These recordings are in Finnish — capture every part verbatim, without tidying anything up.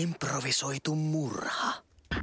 Improvisoitu murha.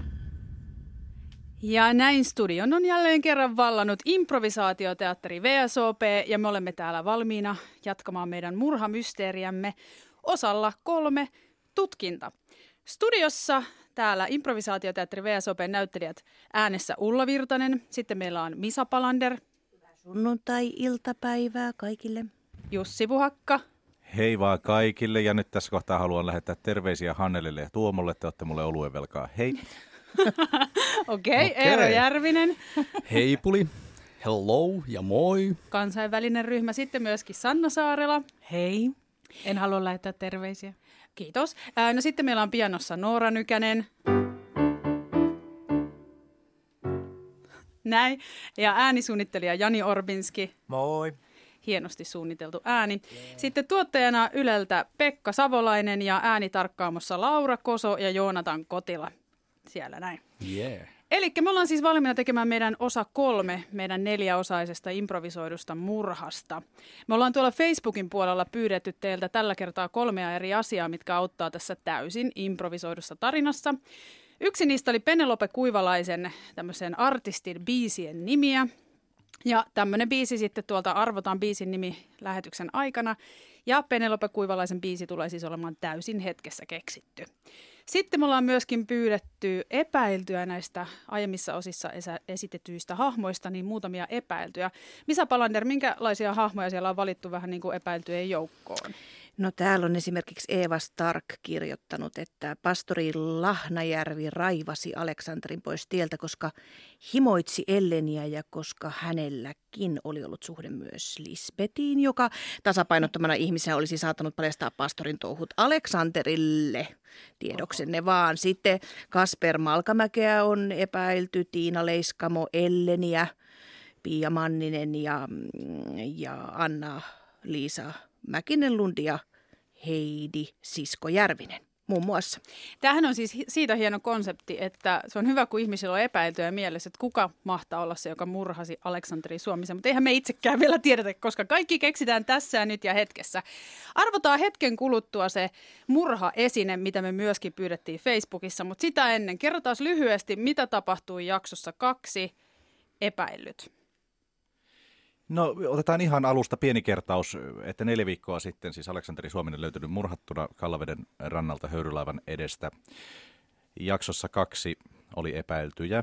Ja näin studion on jälleen kerran vallannut improvisaatioteatteri V S O P ja me olemme täällä valmiina jatkamaan meidän murhamysteeriämme osalla kolme tutkinta. Studiossa täällä improvisaatioteatteri V S O P:n näyttelijät äänessä Ulla Virtanen, sitten meillä on Misa Palander. Sunnuntai-iltapäivää kaikille. Jussi Puhakka. Hei vaan kaikille ja nyt tässä kohtaa haluan lähettää terveisiä Hannelille ja Tuomolle, te olette mulle oluen velkaa. Hei. Okei, okay, Eero Järvinen. Heipuli, hello ja moi. Kansainvälinen ryhmä, sitten myöskin Sanna Saarela. Hei, en halua lähettää terveisiä. Kiitos. No sitten meillä on pianossa Noora Nykänen. Näin. Ja äänisuunnittelija Jani Orbinski. Moi. Hienosti suunniteltu ääni. Sitten tuottajana Yleltä Pekka Savolainen ja äänitarkkaamossa Laura Koso ja Joonatan Kotila. Siellä näin. Yeah. Eli me ollaan siis valmiina tekemään meidän osa kolme meidän neljäosaisesta improvisoidusta murhasta. Me ollaan tuolla Facebookin puolella pyydetty teiltä tällä kertaa kolmea eri asiaa, mitkä auttaa tässä täysin improvisoidussa tarinassa. Yksi niistä oli Penelope Kuivalaisen tämmöisen artistin biisien nimiä. Ja tämmöinen biisi sitten tuolta arvotaan biisin nimi lähetyksen aikana. Ja Penelope Kuivalaisen biisi tulee siis olemaan täysin hetkessä keksitty. Sitten me ollaan myöskin pyydetty epäiltyä näistä aiemmissa osissa esitetyistä hahmoista, niin muutamia epäiltyjä. Misa Palander, minkälaisia hahmoja siellä on valittu vähän niin kuin epäiltyjen joukkoon? No täällä on esimerkiksi Eeva Stark kirjoittanut, että pastori Lahnajärvi raivasi Aleksanterin pois tieltä, koska himoitsi Elleniä ja koska hänelläkin oli ollut suhde myös Lisbetiin, joka tasapainottomana ihmisenä olisi saattanut paljastaa pastorin touhut Aleksanterille. Tiedoksenne vaan. Sitten Kasper Malkamäkeä on epäilty, Tiina Leiskamo, Elleniä, Pia Manninen ja, ja Anna-Liisa Mäkinen-Lund ja Heidi Sisko Järvinen muun muassa. Tämähän on siis siitä hieno konsepti, että se on hyvä, kun ihmisillä on epäiltyä mielessä, että kuka mahtaa olla se, joka murhasi Aleksanteri Suomisen. Mutta eihän me itsekään vielä tiedetä, koska kaikki keksitään tässä ja nyt ja hetkessä. Arvotaan hetken kuluttua se murhaesine, mitä me myöskin pyydettiin Facebookissa. Mutta sitä ennen kerrotaan lyhyesti, mitä tapahtui jaksossa kaksi, epäillyt. No otetaan ihan alusta pieni kertaus, että neljä viikkoa sitten siis Aleksanteri Suominen löytynyt murhattuna Kallaveden rannalta höyrylaivan edestä. Jaksossa kaksi oli epäiltyjä.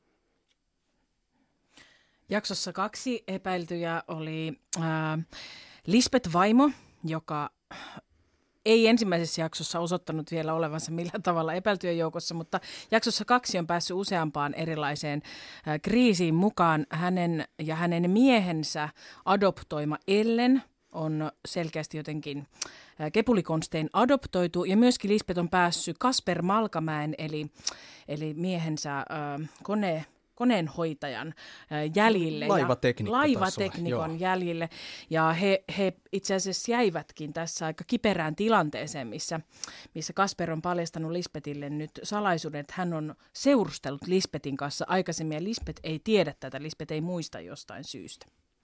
Jaksossa kaksi epäiltyjä oli äh, Lisbeth Vaimo, joka ei ensimmäisessä jaksossa osoittanut vielä olevansa millään tavalla epäiltyjen joukossa, mutta jaksossa kaksi on päässyt useampaan erilaiseen äh, kriisiin mukaan. Hänen ja hänen miehensä adoptoima Ellen on selkeästi jotenkin äh, kepulikonstein adoptoitu ja myöskin Lisbeth on päässyt Kasper Malkamäen eli, eli miehensä äh, kone koneenhoitajan jäljille. Laivateknikko Laivateknikon jäljille. Ja he, he itse asiassa jäivätkin tässä aika kiperään tilanteeseen, missä, missä Kasper on paljastanut Lisbethille nyt salaisuuden, että hän on seurustellut Lisbethin kanssa aikaisemmin ja Lisbeth ei tiedä tätä, Lisbeth ei muista jostain syystä.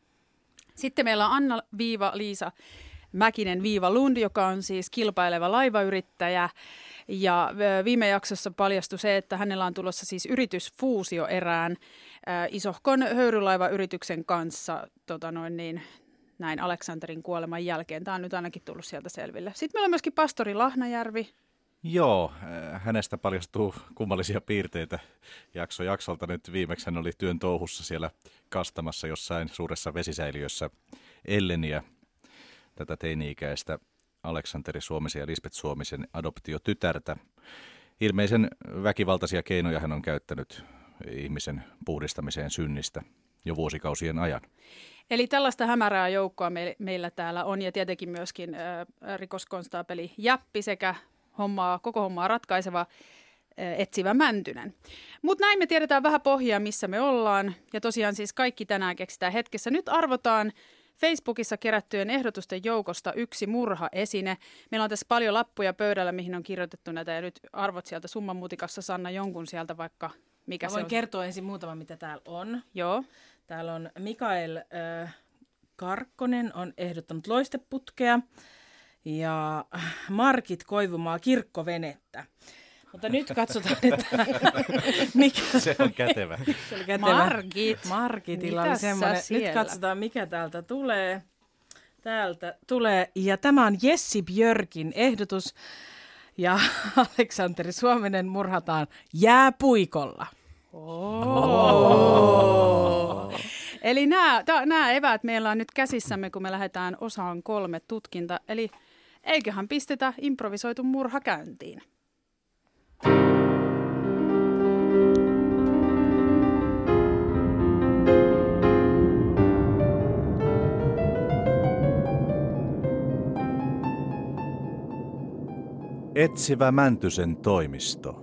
Sitten meillä on Anna-Liisa Mäkinen-Lund, joka on siis kilpaileva laivayrittäjä. Ja viime jaksossa paljastui se, että hänellä on tulossa siis yritysfuusio erään äh, isohkon höyrylaivayrityksen kanssa tota noin niin, näin Aleksanterin kuoleman jälkeen. Tämä on nyt ainakin tullut sieltä selville. Sitten meillä on myöskin pastori Lahnajärvi. Joo, hänestä paljastuu kummallisia piirteitä jakso jaksolta. Nyt viimeksi hän oli työn touhussa siellä kastamassa jossain suuressa vesisäiliössä Elleniä, tätä teini-ikäistä Aleksanteri Suomisen ja Lisbeth Suomisen adoptiotytärtä. Ilmeisen väkivaltaisia keinoja hän on käyttänyt ihmisen puhdistamiseen synnistä jo vuosikausien ajan. Eli tällaista hämärää joukkoa me, meillä täällä on ja tietenkin myöskin ä, rikoskonstaapeli Jäppi sekä hommaa, koko hommaa ratkaiseva ä, etsivä Mäntynen. Mutta näin me tiedetään vähän pohjaa, missä me ollaan ja tosiaan siis kaikki tänään keksitään hetkessä. Nyt arvotaan Facebookissa kerättyjen ehdotusten joukosta yksi murhaesine. Meillä on tässä paljon lappuja pöydällä, mihin on kirjoitettu näitä ja nyt arvot sieltä summan mutikassa, Sanna, jonkun sieltä vaikka mikä Mä se voin on. kertoa ensin muutama, mitä täällä on. Joo. Täällä on Mikael äh, Karkkonen on ehdottanut loisteputkea ja Markit Koivumaa kirkkovenettä. Mutta nyt katsotaan, että mikä Se on kätevä. se oli kätevä. Margit. Margitilla oli Mitäs sä semmoinen. Nyt siellä? katsotaan, mikä täältä tulee. Täältä tulee, ja tämä on Jessi Björkin ehdotus, ja Aleksanteri Suominen murhataan jääpuikolla. Oh. Eli nämä, nämä eväät meillä on nyt käsissämme, kun me lähdetään osaan kolme tutkinta. Eli eiköhän pistetä improvisoitu murha käyntiin. Etsivä Mäntysen toimisto.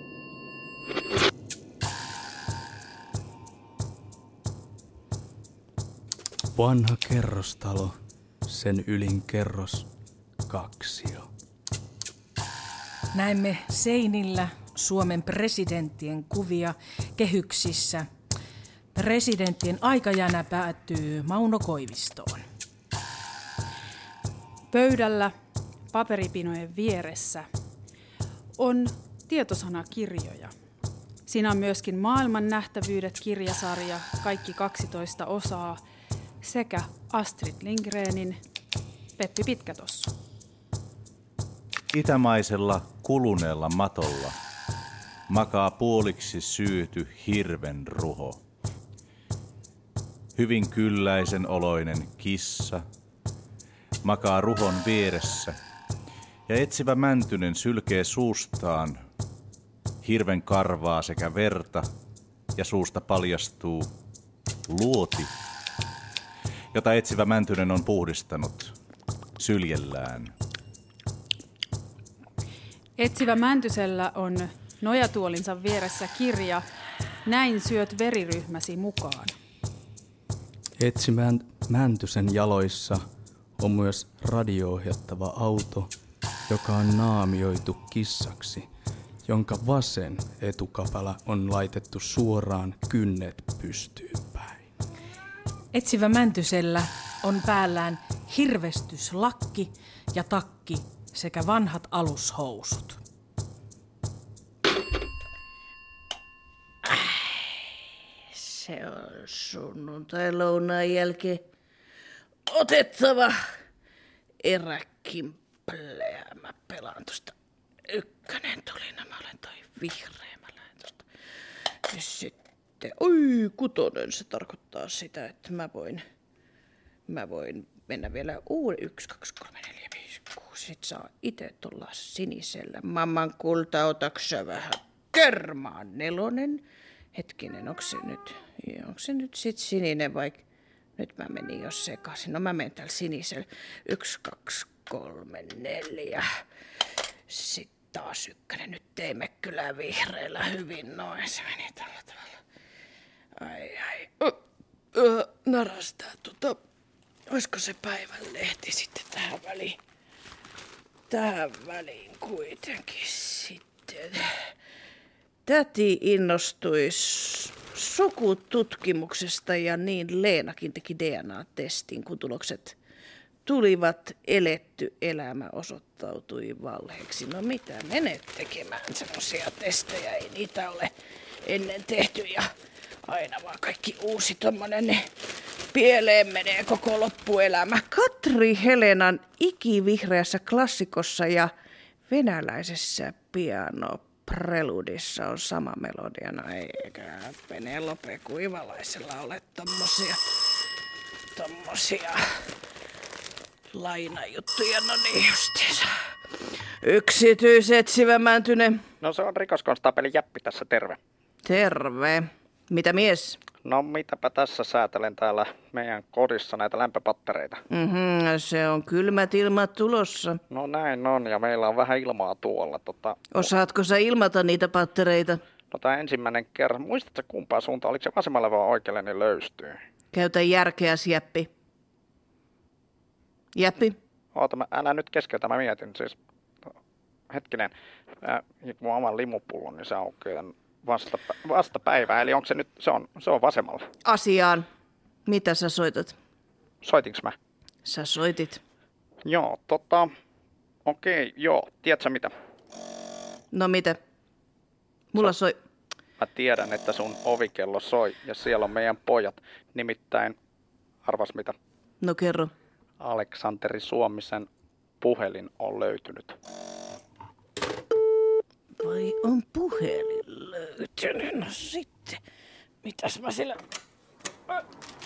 Vanha kerrostalo, sen ylin kerros, kaksio. Näemme seinillä Suomen presidenttien kuvia kehyksissä. Presidenttien aikajana päättyy Mauno Koivistoon. Pöydällä paperipinojen vieressä on tietosanakirjoja. Siinä on myöskin Maailman nähtävyydet -kirjasarja, kaikki kaksitoista osaa, sekä Astrid Lindgrenin Peppi Pitkätossu. Itämaisella kuluneella matolla makaa puoliksi syyty hirven ruho. Hyvin kylläisen oloinen kissa makaa ruhon vieressä ja etsivä Mäntynen sylkee suustaan hirven karvaa sekä verta ja suusta paljastuu luoti, jota etsivä Mäntynen on puhdistanut syljellään. Etsivä Mäntysellä on nojatuolinsa vieressä kirja Näin syöt veriryhmäsi mukaan. Etsimään Mäntysen jaloissa on myös radio-ohjattava auto, joka on naamioitu kissaksi, jonka vasen etukapala on laitettu suoraan kynnet pystyyn päin. Etsivä Mäntysellä on päällään hirvestyslakki ja takki sekä vanhat alushousut. Se on sunnuntai-lounaan jälkeen otettava eräkimpleä. Mä pelaan tosta. Ykkönen tuli, no mä olen toi vihreä. Mä lähden tosta. Ja sitten, oi kutonen, se tarkoittaa sitä, että mä voin, mä voin mennä vielä uuden yksi, kaksi, kolme, neljä, viisi, kuusi. Sit saa ite tulla sinisellä. Mamman kulta, otaksä vähän kermaan nelonen. Hetkinen, onko se nyt, onko se nyt sit sininen vai nyt mä menin jo sekaisin. No mä menen täällä sinisellä. Yksi, kaksi, kolme, neljä. Sitten taas ykkönen. Nyt teimme kyllä vihreällä hyvin noin. Se meni tällä tavalla. Ai ai. Uh, uh, narastaa tota. Olisiko se päivän lehti sitten tähän väliin? Tähän väliin kuitenkin sitten. Täti innostui sukututkimuksesta ja niin Leenakin teki D N A-testin, kun tulokset tulivat. Eletty elämä osoittautui valheeksi. No mitä menet tekemään semmoisia testejä, ei niitä ole ennen tehty ja aina vaan kaikki uusi tommonen, ne pieleen menee koko loppuelämä. Katri Helenan ikivihreässä klassikossa ja venäläisessä piano preludissa on sama melodia. No eikä Penelope Kuivalaisella ole tommosia, tommosia lainajuttuja. No niin justiinsa. Yksityisetsivä Mäntynen. No se on rikoskonstaapeli Jäppi tässä, terve. Terve. Mitä mies? No mitäpä tässä säätelen täällä meidän kodissa näitä lämpöpattereita. Mm-hmm, se on kylmät ilmat tulossa. No näin on, ja meillä on vähän ilmaa tuolla. Tota, Osaatko sä ilmata niitä pattereita? no tämä ensimmäinen kerran, muistatko kumpaa suuntaan, oliko se vasemmalle vai oikealle, niin löystyy. Käytä järkeäsi, Jäppi. Jäppi? Oota, mä, älä nyt keskeytä, mä mietin siis. Hetkinen, äh, kun mä oman limupullon, niin se aukeaa vasta, vastapäivää, eli onko se nyt, se on, se on vasemmalla. Asiaan. Mitä sä soitat? Soitinko mä? Sä soitit. Joo, tota, Okei, joo. Tiedätkö mitä? No mitä? Mulla soi... Mä tiedän, että sun ovikello soi ja siellä on meidän pojat. Nimittäin, arvas mitä? No kerro. Aleksanteri Suomisen puhelin on löytynyt. Vai on puhelin löytynyt? No sitten. Mitäs mä sillä... Ai.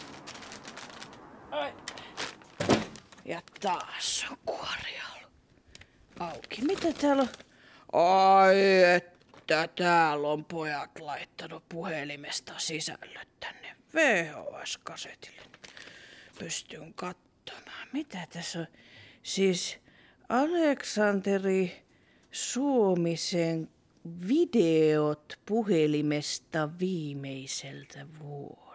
Ai. Ja taas on kuori ollut auki. Mitä täällä on? Ai että täällä on pojat laittanut puhelimesta sisällöt tänne V H S-kasetille. Pystyn katsomaan. Mitä tässä on? Siis Aleksanteri Suomisen videot puhelimesta viimeiseltä vuodelta.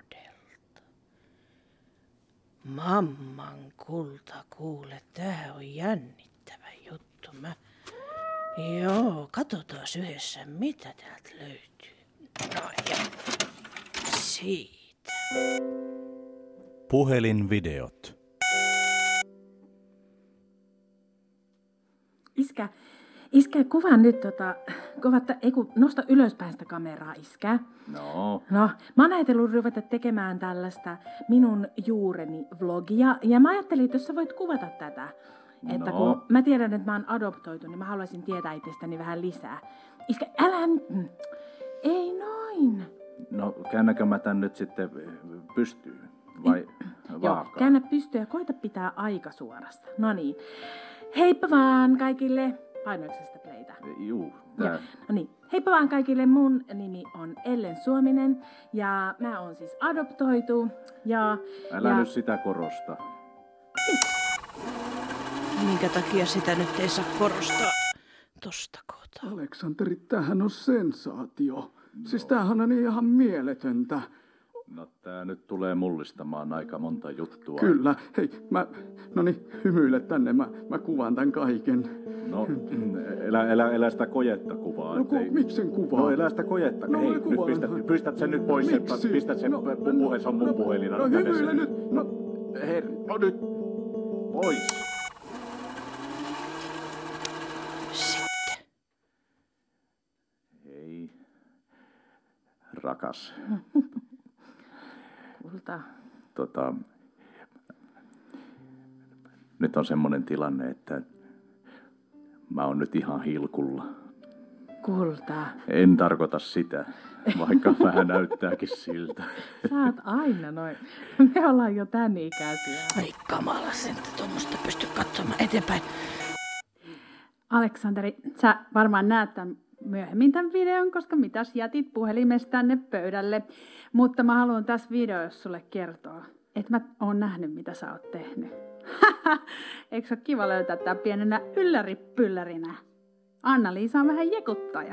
Mamman kulta, kuule, tää on jännittävä juttu. Mä... Joo, katsotaan yhdessä, mitä täältä löytyy. No ja siitä. Puhelinvideot. Iskä, iskä, kuvaa nyt tota, kuvatta, ei kun nosta ylöspäin sitä kameraa, iskä. No. No, mä oon ajatellut ruveta tekemään tällaista minun juureni vlogia, ja mä ajattelin, että jos sä voit kuvata tätä. Että No. kun mä tiedän, että mä oon adoptoitu, niin mä haluaisin tietää itsestäni vähän lisää. Iskä, älä nyt, ei noin. No, käännäkö mä tän nyt sitten pystyyn? Vai Joo, vaakaan? käännä pystyä ja koita pitää aika suorassa. No niin. Heippa vaan kaikille. Painoiko sä sitä playtä? Juu, Joo. tää. No niin. Heippa vaan kaikille. Mun nimi on Ellen Suominen ja mä oon siis adoptoitu. Ja, Älä ja... nyt sitä korosta. Minkä takia sitä nyt ei saa korostaa tosta kohtaa? Aleksanteri, tämähän on sensaatio. No. Siis tämähän on ihan mieletöntä. No, tää nyt tulee mullistamaan aika monta juttua. Kyllä. Hei, mä... No niin, hymyile tänne. Mä, mä kuvaan tän kaiken. No, elä, elä, elä sitä kojetta kuvaa. No ku, ettei- miksen kuvaa? No, elä sitä kojetta. No, Hei, mä nyt kuvaan. pistät, pistät sen nyt pois. Sen, Miksi? pistät sen No, mun puhelin, se on mun no, puhelin. No anna kädessä. hymyile nyt. No, Her, no nyt. Pois. Sitten. Hei. Rakas. Kulta. Tota, nyt on semmoinen tilanne, että mä oon nyt ihan hilkulla. Kulta. En tarkoita sitä, vaikka vähän näyttääkin siltä. Sä oot aina noin. Me ollaan jo tän ikäisiä. Ai kamala sen, että tuommoista pysty katsomaan eteenpäin. Aleksanteri, sä varmaan näet tämän myöhemmin tämän videon, koska mitäs jätit puhelimesta tänne pöydälle. Mutta mä haluan tässä videossa sulle kertoa, että mä oon nähnyt, mitä sä oot tehnyt. Eikö se ole kiva löytää tää pienenä ylläripyllärinä? Anna-Liisa on vähän jekuttaja.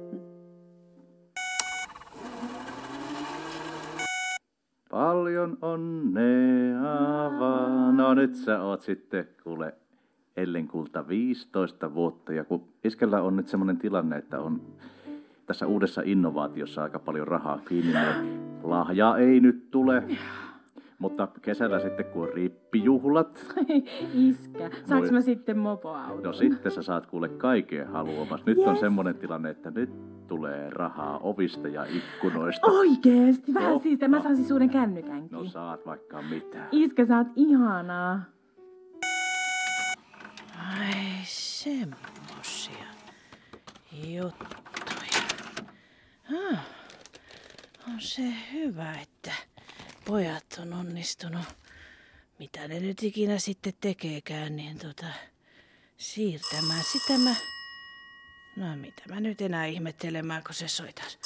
Paljon onnea vaan. No nyt sä oot sitten, kuule, Ellen kulta viisitoista vuotta. Ja kun iskellä on nyt semmoinen tilanne, että on tässä uudessa innovaatiossa aika paljon rahaa kiinni, niin lahjaa ei nyt tule. Mutta kesällä sitten, kun on rippijuhlat, Iskä, saanko Moi. mä sitten mopoauton? no sitten sä saat kuule kaiken haluamas. Nyt on semmoinen tilanne, että nyt tulee rahaa ovista ja ikkunoista. Oikeesti? Vähän No, siistiä. Mä no. saan siis uuden kännykänkin. No saat vaikka mitä. Iskä, sä oot ihanaa. Ai semmosia juttuja. Ah, on se hyvä, että pojat on onnistunut, mitä ne nyt ikinä sitten tekeekään, niin tota, siirtämään sitä mä... No mitä mä nyt enää ihmettelemään, kun se soitas.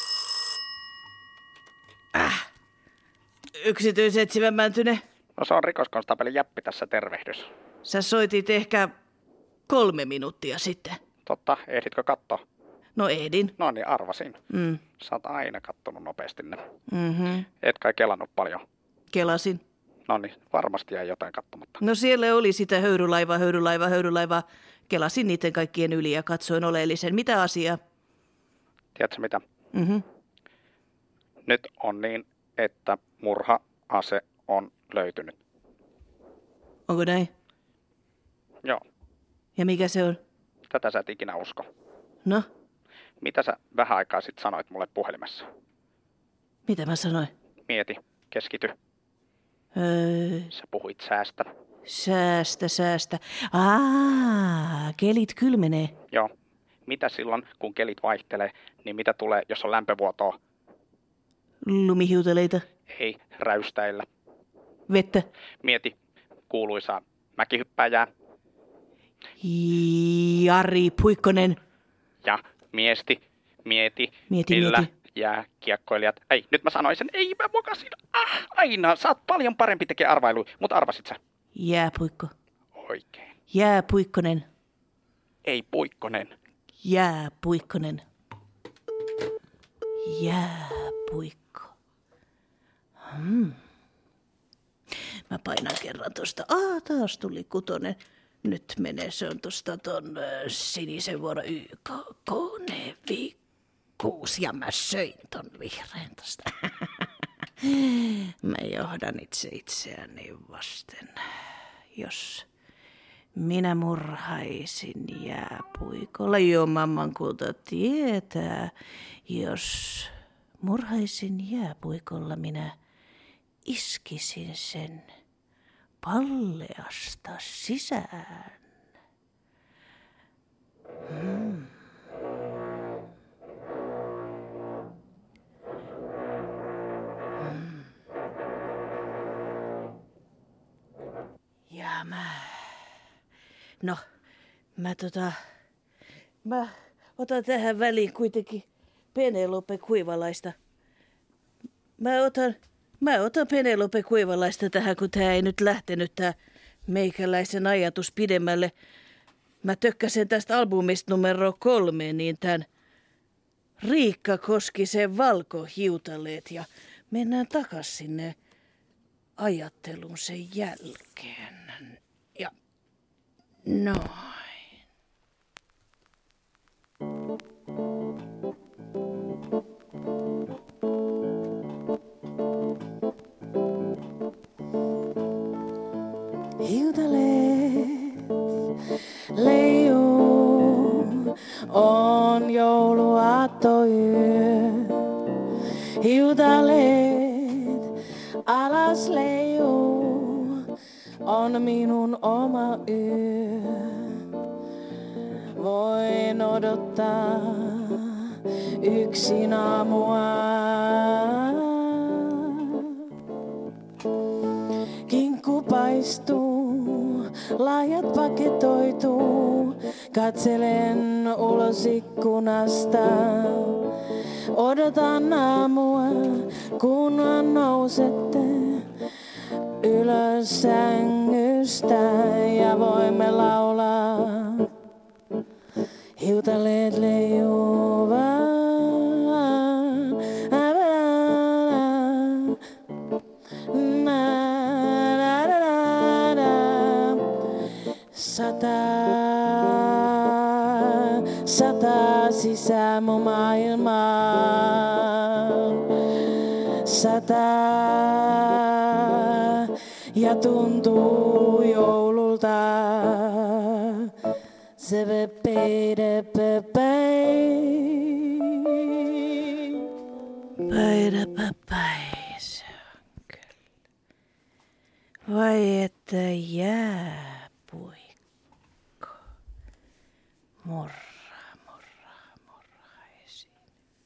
Äh, yksityisetsivä Mäntynen. No se on rikoskonstaapeli Jäppi tässä, tervehdys. Sä soitit ehkä kolme minuuttia sitten. Totta, ehditkö katsoa? No ehdin. No niin, arvasin. Mm. Sä oot aina kattonut nopeasti ne. Mm-hmm. Et kai kelannut paljon. Kelasin. No niin, varmasti jäi jotain katsomatta. No siellä oli sitä höyrylaivaa, höyrylaivaa, höyrylaivaa. Kelasin niiden kaikkien yli ja katsoin oleellisen. Mitä asiaa? Tiedätkö mitä? Mm-hmm. Nyt on niin, että murha-ase on löytynyt. Onko näin? Joo. Ja mikä se on? Tätä sä et ikinä usko. No, Mitä sä vähän aikaa sitten sanoit mulle puhelimessa? mitä mä sanoin? Mieti, keskity. Öö, Sä puhuit säästä. säästä, säästä. Aa, kelit kylmenee. Joo. Mitä silloin, kun kelit vaihtelee, niin mitä tulee, jos on lämpövuotoa? Lumihiutaleita. Ei, räystäillä. Vettä. Mieti, kuuluisaa mäkihyppääjää Jari Puikkonen. ja miesti, mieti, Mieti, millä mieti. jääkiekkoilijat. Ei, nyt mä sanoin sen, ei mä mokasin. Ah, aina, sä oot paljon parempi tekee arvailuja, mutta arvasit sä? Jääpuikko. Oikein. Jääpuikkonen. Ei Puikkonen. Jääpuikkonen. Jääpuikko. Hmm. Mä painan kerran tosta. Ah, taas tuli kutonen. Nyt menee, se on tosta ton äh, sinisen vuoro Y K K N V kuusi ja mä söin ton vihreän tosta. Mä johdan itse itseäni vasten. Jos minä murhaisin jääpuikolla, joo mamman kulta tietää. Jos murhaisin jääpuikolla, minä iskisin sen palleasta sisään. Hmm. Hmm. Ja mä... No, mä tota... Mä otan tähän väliin kuitenkin Penelope Kuivalaista. Mä otan... Mä otan Penelope Kuivalaista tähän, kun tää ei nyt lähtenyt tää meikäläisen ajatus pidemmälle. Mä tökkäsen tästä albumista numero kolme, niin tän Riikka Koskisen Valkohiutaleet ja mennään takas sinne ajattelun sen jälkeen. Ja noin. Hiutaleet leijuu, on jouluaattoyö. Hiutaleet alas leijuu, on minun oma yö. Voin odottaa yksin aamua. Kinkku paistuu, lahjat paketoituu, katselen ulos ikkunasta. Odotan aamua, kun nousette ylös sängystä ja voimme laulaa. Hiutaleet leijuvat. Sataa, sataa sisään mun maailmaan. Sataa ja tuntuu joululta. Se vepeide pepäi. Päidä pepäi, se on kyllä. Vai että jääpuikko. Murra, murra, murhaesine.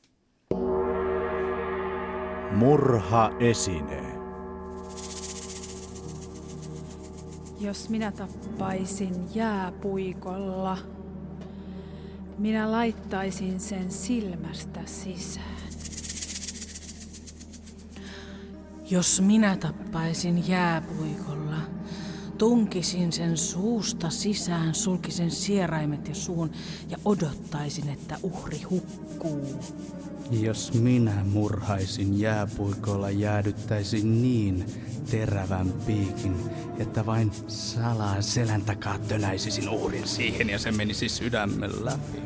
Murhaesine. Jos minä tappaisin jääpuikolla, minä laittaisin sen silmästä sisään. Jos minä tappaisin jääpuikolla, tunkisin sen suusta sisään, sulkisin sieraimet ja suun ja odottaisin, että uhri hukkuu. Jos minä murhaisin jääpuikolla, jäädyttäisin niin terävän piikin, että vain salaa selän takaa tönäisisin uhrin siihen ja se menisi sydämen läpi.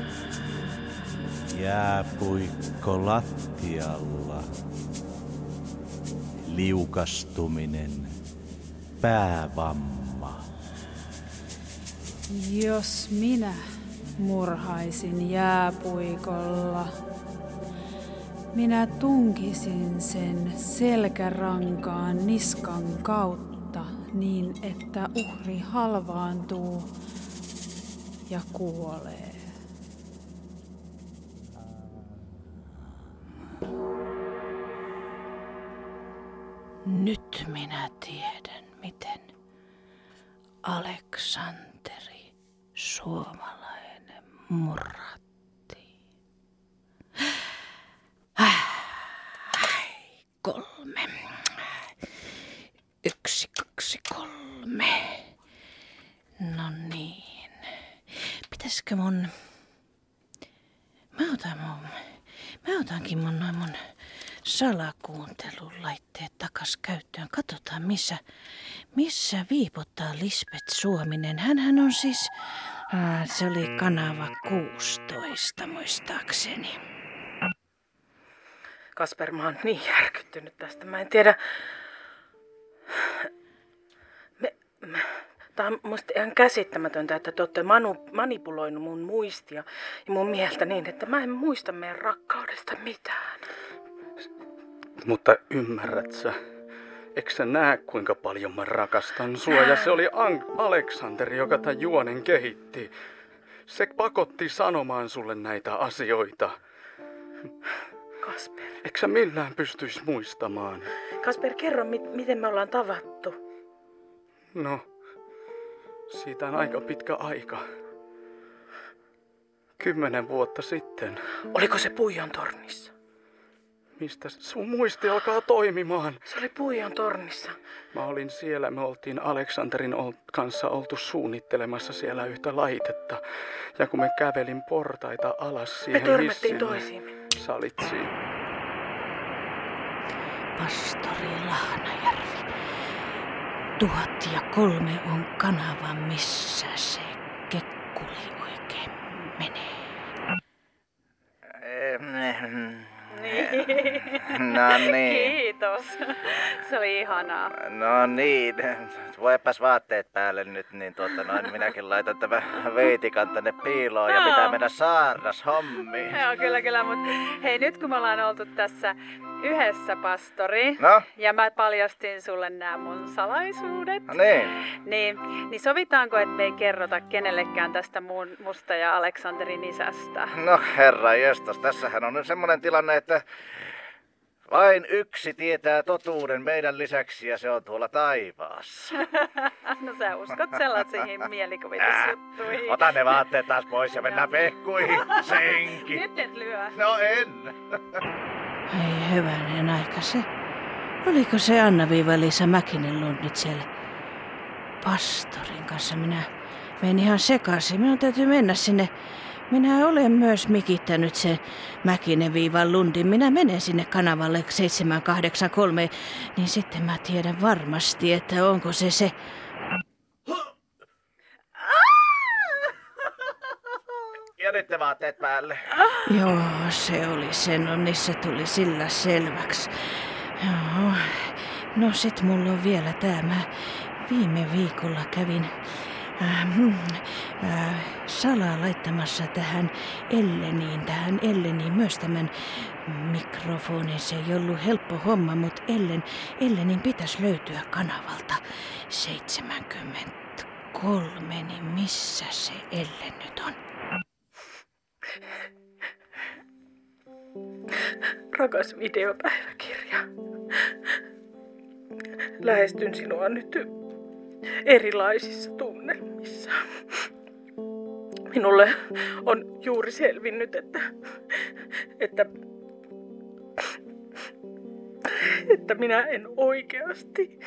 Jääpuikko lattialla. Liukastuminen. Päävamma. Jos minä murhaisin jääpuikolla, minä tunkisin sen selkärankaan niskan kautta niin, että uhri halvaantuu ja kuolee. Nyt minä tiedän, miten Aleksanteri Suomalainen murhattiin. Kolme. Yksi, kaksi, kolme. No niin. Pitäisikö mun... Mä otan mun... Mä otankin mun noin mun salakuuntelulaitteet takas käyttöön. Katsotaan missä, missä viipottaa Lisbeth Suominen. Hänhän on siis... Äh, se oli kanava kuusitoista muistaakseni. Kasper, mä oon niin järkyttynyt tästä. Mä en tiedä... Me, me, tää on musta ihan käsittämätöntä, että te ootte manu, manipuloinut mun muistia ja mun mieltä niin, että mä en muista meidän rakkaudesta mitään. Mutta ymmärrät sä, eikö sä näe kuinka paljon mä rakastan sua? Ja se oli Ang- Aleksanteri, joka tämän juonen kehitti. Se pakotti sanomaan sulle näitä asioita. Kasper. Eikö sä millään pystyis muistamaan? Kasper, kerro, mit, miten me ollaan tavattu. No, siitä on aika pitkä aika. Kymmenen vuotta sitten. Oliko se Puijon tornissa? Mistä sun muisti alkaa toimimaan? Se oli Puijon tornissa. Mä olin siellä, me oltiin Aleksanterin kanssa oltu suunnittelemassa siellä yhtä laitetta. Ja kun me kävelin portaita alas siihen me törmättiin hissiin, toisiimme. Sä olit siinä. Pastori Lahnajärvi. Tuhat ja kolme on kanava, missä se kekkuli oikein menee. No niin. Kiitos. Se oli ihanaa. No niin. Voipas vaatteet päälle nyt, niin tuota noin minäkin laitan tämän veitikan tänne piiloon ja pitää mennä saarnas hommiin. Joo, kyllä, kyllä, mutta hei, nyt kun me ollaan oltu tässä yhdessä, pastori, no? ja mä paljastin sulle nämä mun salaisuudet, no niin. Niin, niin sovitaanko, että me ei kerrota kenellekään tästä mun, musta ja Aleksanterin isästä? No herra jestas, tässähän on nyt semmoinen tilanne, että vain yksi tietää totuuden meidän lisäksi ja se on tuolla taivaassa. No sä uskot sellaisiin mielikuvitusjuttuihin. Ota ne vaatteet taas pois ja mennään vehkuihin, senki. Nyt et lyö. No en. Ei hyvänen aika se. Oliko se Anna-Liisa Mäkinen nyt siellä pastorin kanssa? Minä menen ihan sekaisin. Minun täytyy mennä sinne. Minä olen myös mikittänyt sen Mäkinen Lundin. Minä menen sinne kanavalle seitsemän kahdeksan kolme, niin sitten mä tiedän varmasti, että onko se se... Ja nyt te vaatteet päälle. Joo, se oli se. No niin, se tuli sillä selväksi. Joo. No sit mulla on vielä tää. Mä viime viikolla kävin... Äh, äh, salaa laittamassa tähän Elleniin, tähän Elleniin myös tämän mikrofonin. Se ei ollut helppo homma, mutta Ellen, Ellenin pitäisi löytyä kanavalta seitsemänkymmentäkolme, niin missä se Ellen nyt on? Rakas videopäiväkirja. Lähestyn sinua nyt erilaisissa tunnelmissa. Minulle on juuri selvinnyt, että, että, että minä en oikeasti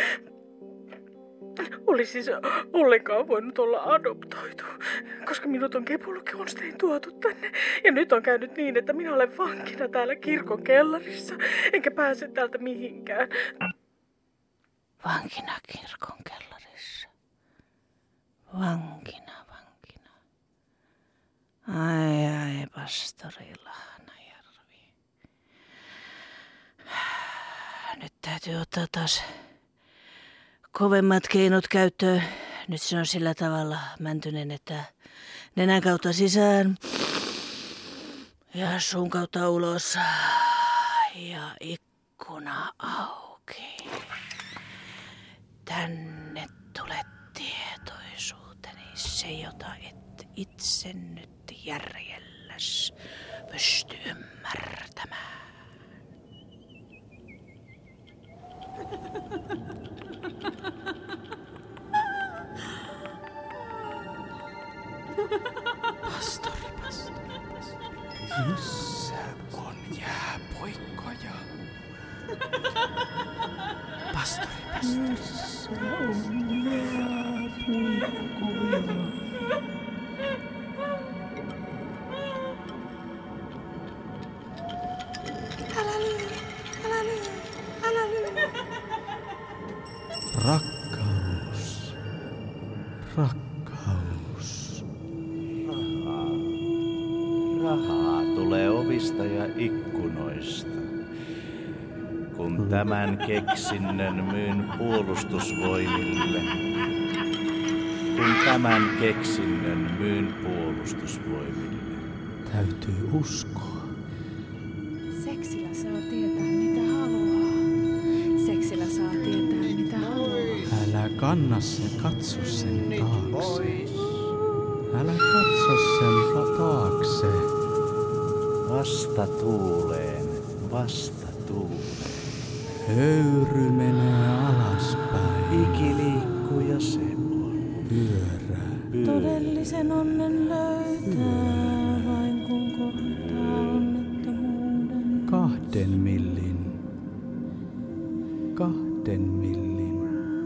olisi ollenkaan voinut olla adoptoitu, koska minut on kepulukonstein tuotu tänne. Ja nyt on käynyt niin, että minä olen vankina täällä kirkon kellarissa, enkä pääse täältä mihinkään. Vankina kirkon kellarissa. Vankina, vankina. Ai ai, pastori Lahnajärvi. Nyt täytyy ottaa taas kovemmat keinot käyttöön. nyt se on sillä tavalla, Mäntynen, että nenän kautta sisään ja suun kautta ulos ja ikkuna auki. Tänne tulet tietoisuuteni, se jota et itse nyt järjelläs pysty ymmärtämään. Pastori, pastori, pastori. Missä on jääpoikkoja? Pastori, pastori. Missä on jääpoikkoja? Älä lyö, älä lyö, älä lyö. Rakkaus, rakkaus. Rahaa tulee ovista ja ikkunoista. Kun tämän keksinnön myyn puolustusvoimille. Kun tämän keksinnön myyn puolustusvoimille. Täytyy uskoa. Seksillä saa tietää mitä haluaa. Seksillä saa tietää mitä haluaa. Älä kanna sen, katso sen taakse. Älä katso sen taakse. Vasta tuuleen, vasta tuuleen. Höyry menee alaspäin. Ikiliikkuja se on. Pyörä. Todellisen onnen löytää vain kun kohtaa onnettomuuden. Kahden millin. Kahden millin.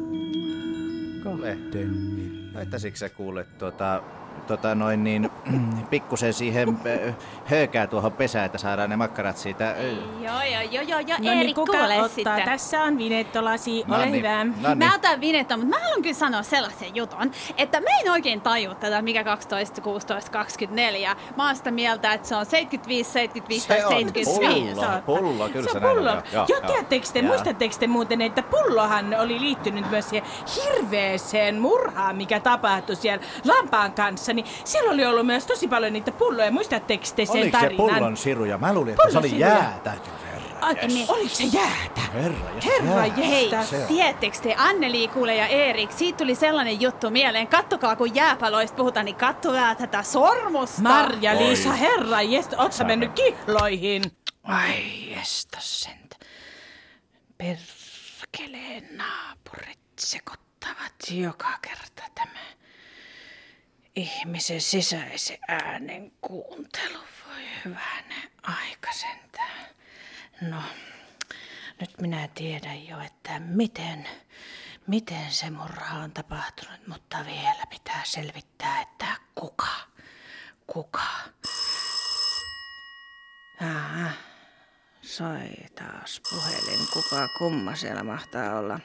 Kahden millin. Laittaisitko sä kuule tuota, tota noin niin, pikkusen siihen höykää tuohon pesään, että saadaan ne makkarat siitä. Joo, joo, joo, joo, joo. No Erik, niin, kuka kuule ottaa? sitten. Tässä on vinettolasi, No ole niin, hyvä. no niin. Mä otan vinettä, mutta mä haluan kyllä sanoa sellaisen jutun, että mä en oikein tajua tätä, mikä kaksitoista, kuusitoista, kaksikymmentäneljä. Mä oon sitä mieltä, että se on seitsemänkymmentäviisi, seitsemänkymmentäviisi tai Se on seitsemänkymmentäviisi. pullo, pullo, kyllä Se se on näin pullo. on. Joo, Jo, joo. tiedättekö te, Joo. muistatteko te muuten, että pullohan oli liittynyt myös siihen hirveeseen murhaan, mikä tapahtui siellä lampaan kanssa, niin siellä oli ollut myös tosi paljon niitä pulloja. Muistatteko te sen Oliko se tarinan? pullon siruja? Mä luulin, että se oli Pullonsiruja. jäätä. Oikein, niin. Oliko se jäätä? Herra, jos Herra jää. Hei, jästä. tiedättekö te, Anneli, kuule ja Erik, siitä tuli sellainen juttu mieleen. Kattokaa, kun jääpaloista puhutaan, niin kattokaa tätä sormusta. Marja-Liisa, Oi. herra jästä, oot sä mennyt kihloihin? Ai estä sentä. Perkeleen naapurit sekoittavat joka kerta tämä ihmisen sisäisen äänen kuuntelu. Voi hyvänen aika sentään. No, nyt minä tiedän jo, että miten, miten se murha on tapahtunut, mutta vielä pitää selvittää, että kuka, kuka. Aha, soi taas puhelin. Kuka kumma siellä mahtaa olla?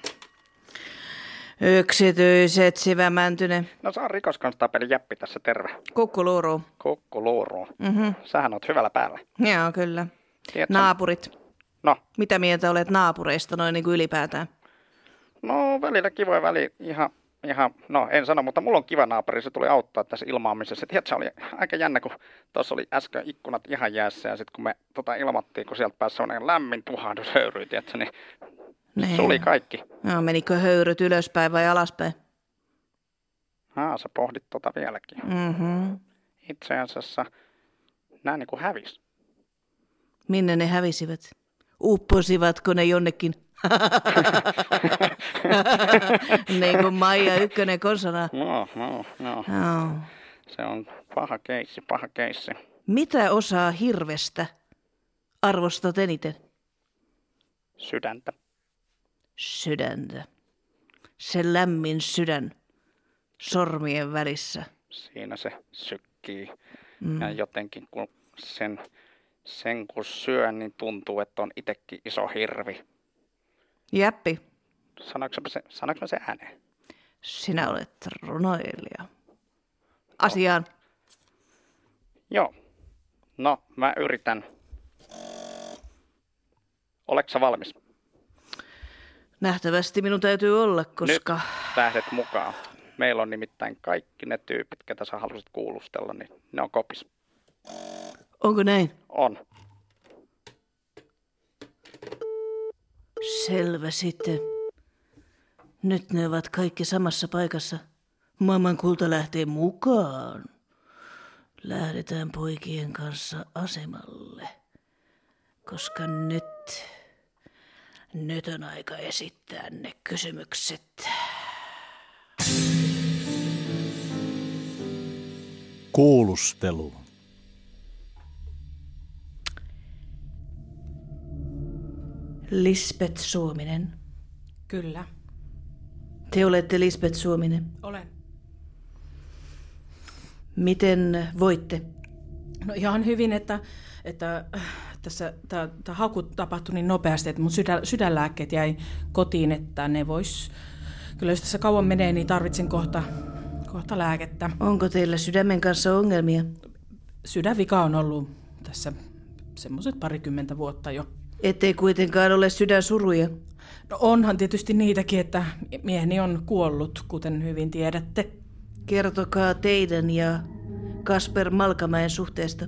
Yksityisetsivä Mäntynen. No se on rikoskonstaapeli Jäppi tässä, terve. Kukkuluuru. Kukkuluuruun. Mhm. Sähän oot hyvällä päällä. Joo, kyllä. Tiedätkö? Naapurit. No. Mitä mieltä olet naapureista noin niin kuin ylipäätään? No välillä kivoja, väli ihan, ihan, no en sano, mutta mulla on kiva naapuri, se tuli auttaa tässä ilmaamisessa. Tiedätkö, se oli aika jännä, kun tuossa oli äsken ikkunat ihan jäässä ja sitten kun me tota ilmattiin, kun sieltä pääsi sellainen lämmin tuhahdushöyry, tiedätkö, niin Nee. suli kaikki. No, menikö höyryt ylöspäin vai alaspäin? Aa, sä pohdit tota vieläkin. Mhm. Itse asiassa nää niinku hävis. Minne ne hävisivät? Upposivatko ne jonnekin? Niin kuin Maija Ykkönen konsana. No, no, no. Joo. Se on paha keissi, paha keissi. Mitä osaa hirvestä arvostat eniten? Sydäntä. Sydäntä. Se lämmin sydän sormien välissä. Siinä se sykkii. Mm. Ja jotenkin kun sen, sen kun syön, niin tuntuu, että on itsekin iso hirvi. Jäppi, Sanoinko mä se, sanoinko mä se ääneen? sinä olet runoilija. Asiaan. Joo. No, mä yritän. Oleks sä valmis? Nähtävästi minun täytyy olla, koska... Nyt lähdet mukaan. Meillä on nimittäin kaikki ne tyypit, ketä sä halusit kuulustella, niin ne on kopis. Onko näin? On. Selvä sitten. Nyt ne ovat kaikki samassa paikassa. Maailman kulta lähtee mukaan. Lähdetään poikien kanssa asemalle, koska nyt, nyt on aika esittää ne kysymykset. Kuulustelu. Lisbeth Suominen. Kyllä. Te olette Lisbeth Suominen. Olen. Miten voitte? No ihan hyvin, että, että tässä tämä haku tapahtui niin nopeasti, että mun sydän, sydänlääkkeet jäi kotiin, että ne vois... Kyllä jos tässä kauan menee, niin tarvitsen kohta, kohta lääkettä. Onko teillä sydämen kanssa ongelmia? Sydänvika on ollut tässä semmoiset parikymmentä vuotta jo. Ettei kuitenkaan ole sydänsuruja? No onhan tietysti niitäkin, että mieheni on kuollut, kuten hyvin tiedätte. Kertokaa teidän ja Kasper Malkamäen suhteesta.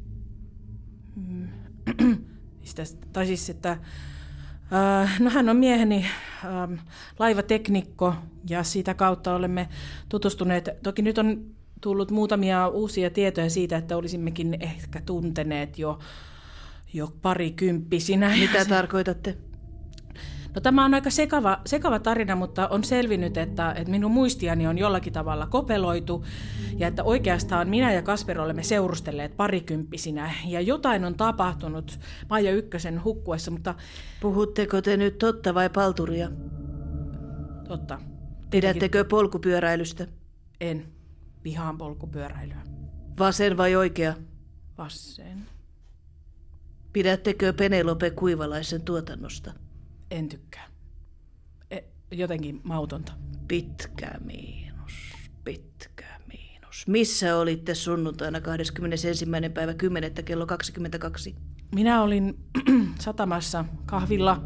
Sitä, tai siis, että äh, no hän on mieheni äh, laivateknikko ja sitä kautta olemme tutustuneet. Toki nyt on tullut muutamia uusia tietoja siitä, että olisimmekin ehkä tunteneet jo, jo parikymppisinä. Mitä tarkoitatte? No, tämä on aika sekava, sekava tarina, mutta on selvinnyt, että, että minun muistiani on jollakin tavalla kopeloitu ja että oikeastaan minä ja Kasper olemme seurustelleet parikymppisinä ja jotain on tapahtunut Maija Ykkösen hukkuessa, mutta... Puhutteko te nyt totta vai palturia? Totta. Pidättekö polkupyöräilystä? En. Vihaan polkupyöräilyä. Vasen vai oikea? Vasen. Pidättekö Penelope Kuivalaisen tuotannosta? En tykkää. E, jotenkin mautonta. Pitkä miinus, pitkä miinus. Missä olitte sunnuntaina kahdeskymmenesensimmäinen päivä kymmenettä kello kaksikymmentäkaksi? Minä olin satamassa kahvilla.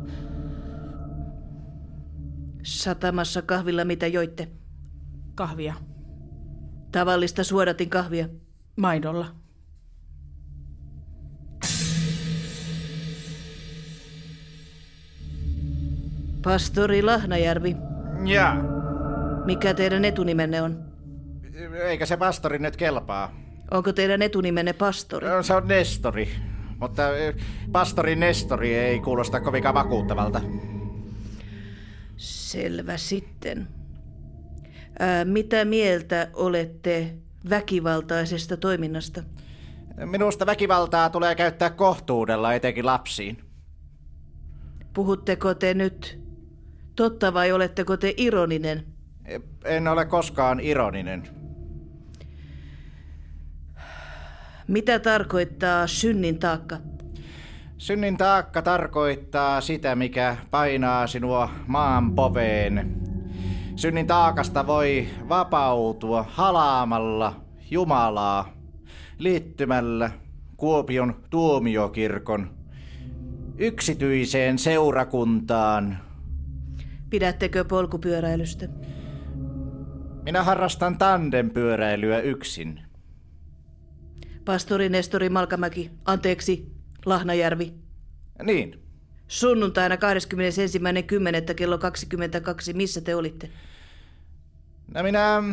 Satamassa kahvilla mitä joitte? Kahvia. Tavallista suodatin kahvia? Maidolla. Pastori Lahnajärvi. Jaa. Mikä teidän etunimenne on? Eikä se pastori nyt kelpaa. Onko teidän etunimenne pastori? Se on Nestori, mutta pastori Nestori ei kuulosta kovinkaan vakuuttavalta. Selvä sitten. Ää, mitä mieltä olette väkivaltaisesta toiminnasta? Minusta väkivaltaa tulee käyttää kohtuudella, etenkin lapsiin. Puhutteko te nyt totta vai oletteko te ironinen? En ole koskaan ironinen. Mitä tarkoittaa synnin taakka? Synnin taakka tarkoittaa sitä, mikä painaa sinua maan poveen. Synnin taakasta voi vapautua halaamalla Jumalaa, liittymällä Kuopion tuomiokirkon yksityiseen seurakuntaan. Pidättekö polkupyöräilystä? Minä harrastan tandempyöräilyä yksin. Pastori Nestori Malkamäki, anteeksi, Lahnajärvi. Niin. Sunnuntaina kahdeskymmenesensimmäinen kymmenettä kello kaksikymmentäkaksi, missä te olitte? No minä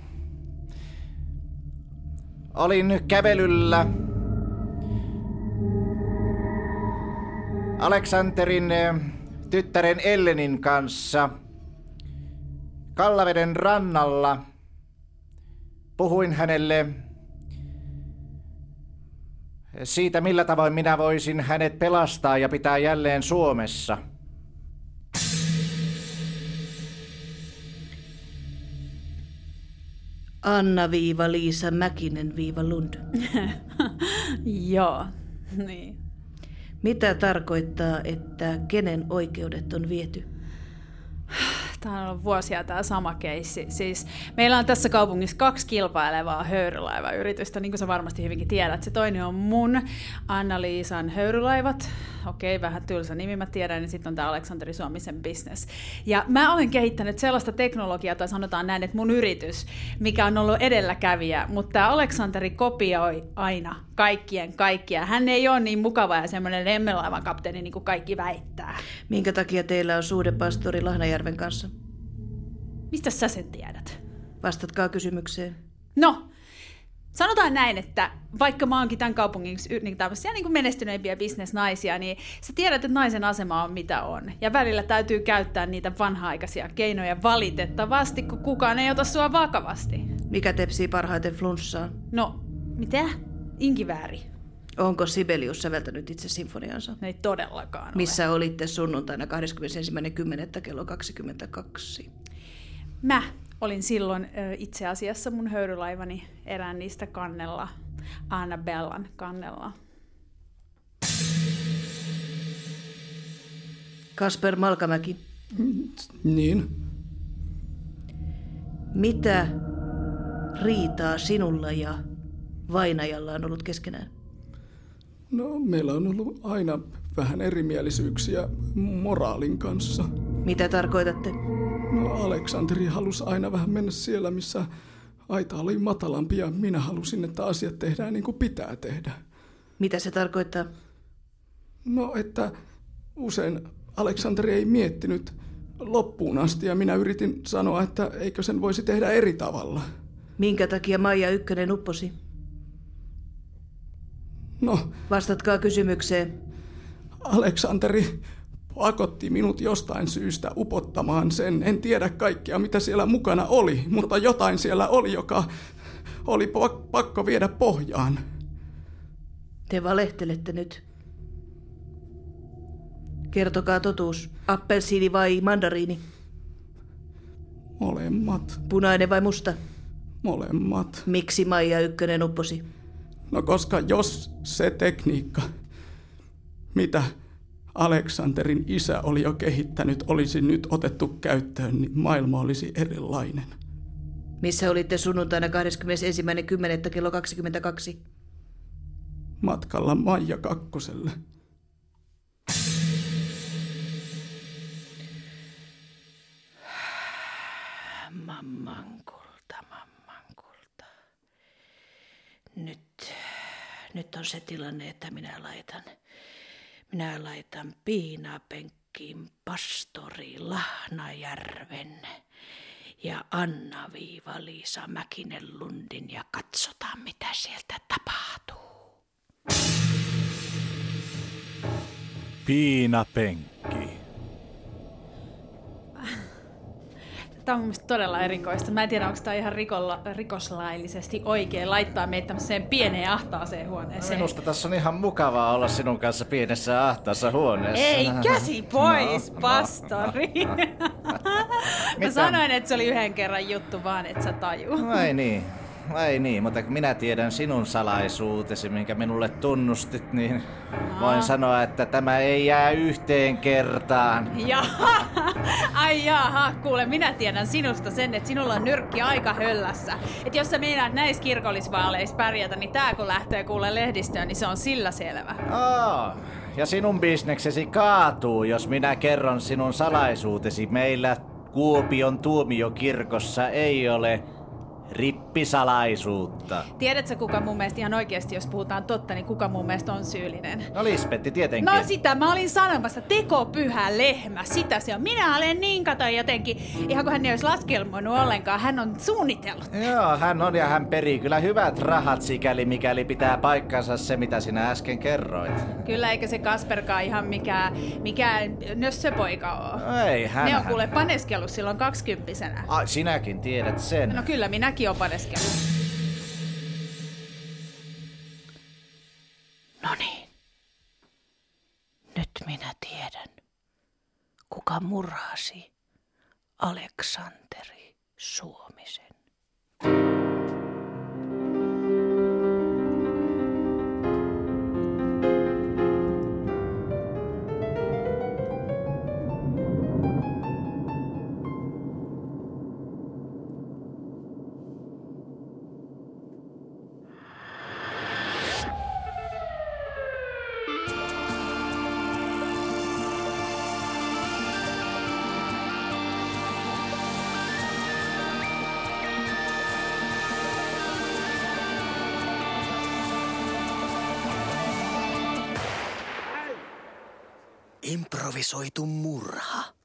olin kävelyllä Aleksanterin tyttären Ellenin kanssa Kallaveden rannalla. Puhuin hänelle siitä, millä tavoin minä voisin hänet pelastaa ja pitää jälleen Suomessa. Anna-Liisa Mäkinen-Lund. Joo, niin. Mitä tarkoittaa, että kenen oikeudet on viety? Tämä on ollut vuosia tämä sama keissi. Siis meillä on tässä kaupungissa kaksi kilpailevaa höyrylaivayritystä, niin kuin sä varmasti hyvinkin tiedät. Se toinen on mun Anna-Liisan höyrylaivat. Okei, vähän tylsä nimi, mä tiedän, niin sitten on tämä Aleksanteri Suomisen business. Ja mä olen kehittänyt sellaista teknologiaa, tai sanotaan näin, että mun yritys, mikä on ollut edelläkävijä, mutta tämä Aleksanteri kopioi aina kaikkien kaikkia. Hän ei ole niin mukava ja semmoinen lemmelaivan kapteeni, niin kuin kaikki väittää. Minkä takia teillä on suhde pastori Lahnajärven kanssa? Mistä sä sen tiedät? Vastatkaa kysymykseen. No, sanotaan näin, että vaikka mä oonkin tämän kaupungin niin tämmöisiä niin kuin menestyneimpiä bisnesnaisia, niin sä tiedät, että naisen asema on mitä on. Ja välillä täytyy käyttää niitä vanha-aikaisia keinoja valitettavasti, kun kukaan ei ota sua vakavasti. Mikä tepsii parhaiten flunssaa? No, mitä? Inkivääri. Onko Sibelius säveltänyt itse sinfoniansa? No ei todellakaan ole. Missä olitte sunnuntaina kahdeskymmenesensimmäinen kymmenettä kello kaksikymmentäkaksi? Mä olin silloin ö, itse asiassa mun höyrylaivani erään niistä kannella, Annabellan kannella. Kasper Malkamäki. Niin. Mitä riitaa sinulla ja vainajalla on ollut keskenään? No, meillä on ollut aina vähän erimielisyyksiä moraalin kanssa. Mitä tarkoitatte? No, Aleksanteri halusi aina vähän mennä siellä, missä aita oli matalampi ja minä halusin, että asiat tehdään niin kuin pitää tehdä. Mitä se tarkoittaa? No, että usein Aleksanteri ei miettinyt loppuun asti ja minä yritin sanoa, että eikö sen voisi tehdä eri tavalla. Minkä takia Maija Ykkönen upposi? No. Vastatkaa kysymykseen. Aleksanteri pakotti minut jostain syystä upottamaan sen. En tiedä kaikkea, mitä siellä mukana oli, mutta jotain siellä oli, joka oli pakko viedä pohjaan. Te valehtelette nyt. Kertokaa totuus. Appelsiini vai mandariini? Molemmat. Punainen vai musta? Molemmat. Miksi Maija Ykkönen upposi? No koska jos se tekniikka, mitä Aleksanterin isä oli jo kehittänyt, olisi nyt otettu käyttöön, niin maailma olisi erilainen. Missä olitte sunnuntaina kahdeskymmenesensimmäinen kymmenettä kello kaksikymmentäkaksi? Matkalla Maija Kakkoselle. Mammankulta, mammankulta. Nyt, nyt on se tilanne, että minä laitan, minä laitan piinapenkkiin pastori Lahnajärven ja Anna-Liisa Mäkinen-Lundin ja katsotaan, mitä sieltä tapahtuu. Piinapenkki. Tämä on mun mielestä todella erikoista. Mä en tiedä, onko tämä ihan rikolla, rikoslaillisesti oikein laittaa meitä tämmöiseen pieneen ahtaaseen huoneeseen. Minusta tässä on ihan mukavaa olla sinun kanssa pienessä ahtaassa huoneessa. Ei, käsi pois, no, pastori. No. Mä sanoin, että se oli yhden kerran juttu vaan, et sä tajuu. No ei niin. Ei niin, mutta kun minä tiedän sinun salaisuutesi, minkä minulle tunnustit, niin no. voin sanoa, että tämä ei jää yhteen kertaan. Jaha, ai jaha, kuule, minä tiedän sinusta sen, että sinulla on nyrkki aika höllässä. Että jos sä meinaat näissä kirkollisvaaleissa pärjätä, niin tää kun lähtee kuule lehdistöön, niin se on sillä selvä. Oh, ja sinun bisneksesi kaatuu, jos minä kerron sinun salaisuutesi. Meillä Kuopion tuomiokirkossa ei ole rippisalaisuutta. Tiedätkö, kuka mun mielestä ihan oikeasti, jos puhutaan totta, niin kuka mun mielestä on syyllinen? No Lisbetti, tietenkin. No sitä mä olin sanomassa, tekopyhä lehmä, sitä se on. Minä olen niin, kato jotenkin, ihan kun hän ei olisi laskelmoinut ollenkaan, hän on suunnitellut. Joo, hän on ja hän perii kyllä hyvät rahat sikäli, mikäli pitää paikkansa se, mitä sinä äsken kerroit. Kyllä, eikä se Kasperkaan ihan mikään, mikään nössöpoika oo. No ei, hän... Ne on kuule paneskellut silloin kaksikymppisenä. Ai, sinäkin tiedät sen. No kyllä, minä on paneskellut. No niin. Nyt minä tiedän, kuka murhasi Aleksanteri Suomisen. Improvisoitu murha.